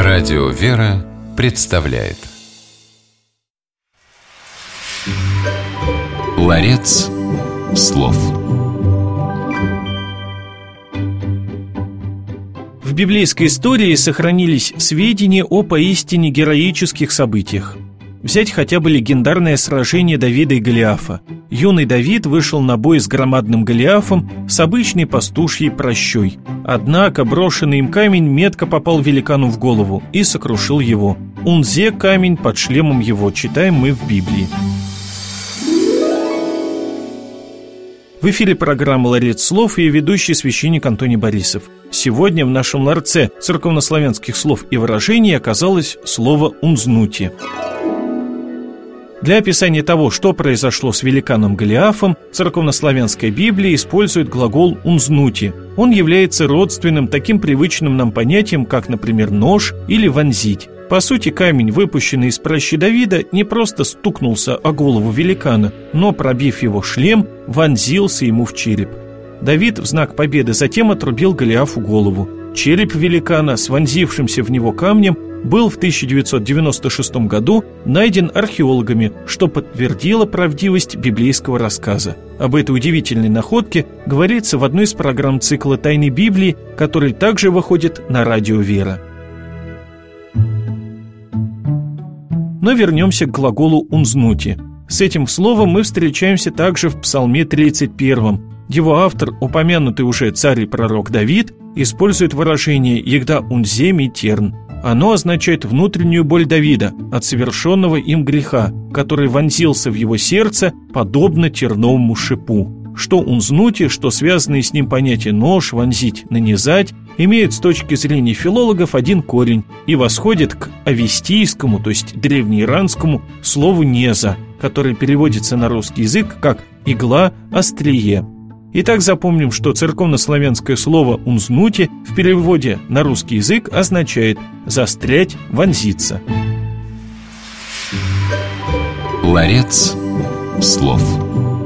Радио «Вера» представляет Ларец слов. В библейской истории сохранились сведения о поистине героических событиях. Взять хотя бы легендарное сражение Давида и Голиафа. Юный Давид вышел на бой с громадным Голиафом с обычной пастушьей пращой. Однако брошенный им камень метко попал великану в голову и сокрушил его. Унзе камень под шлемом его, читаем мы в Библии. В эфире программа «Ларец слов» и ведущий священник Антоний Борисов. Сегодня в нашем ларце церковнославянских слов и выражений оказалось слово «унзнути». Для описания того, что произошло с великаном Голиафом, церковнославянская Библия использует глагол «унзнути». Он является родственным таким привычным нам понятием, как, например, «нож» или «вонзить». По сути, камень, выпущенный из пращи Давида, не просто стукнулся о голову великана, но, пробив его шлем, вонзился ему в череп. Давид в знак победы затем отрубил Голиафу голову. Череп великана с вонзившимся в него камнем был в 1996 году найден археологами, что подтвердило правдивость библейского рассказа. Об этой удивительной находке говорится в одной из программ цикла «Тайны Библии», который также выходит на радио «Вера». Но вернемся к глаголу «унзнути». С этим словом мы встречаемся также в Псалме 31. Его автор, упомянутый уже царь и пророк Давид, использует выражение «егда унзе митерн». Оно означает внутреннюю боль Давида от совершенного им греха, который вонзился в его сердце, подобно терновому шипу. Что унзнути, что связанные с ним понятия «нож», «вонзить», «нанизать» имеют с точки зрения филологов один корень и восходят к авестийскому, то есть древнеиранскому, слову «неза», которое переводится на русский язык как «игла», «острие». Итак, запомним, что церковнославянское слово «унзнути» в переводе на русский язык означает «застрять», «вонзиться». Ларец слов.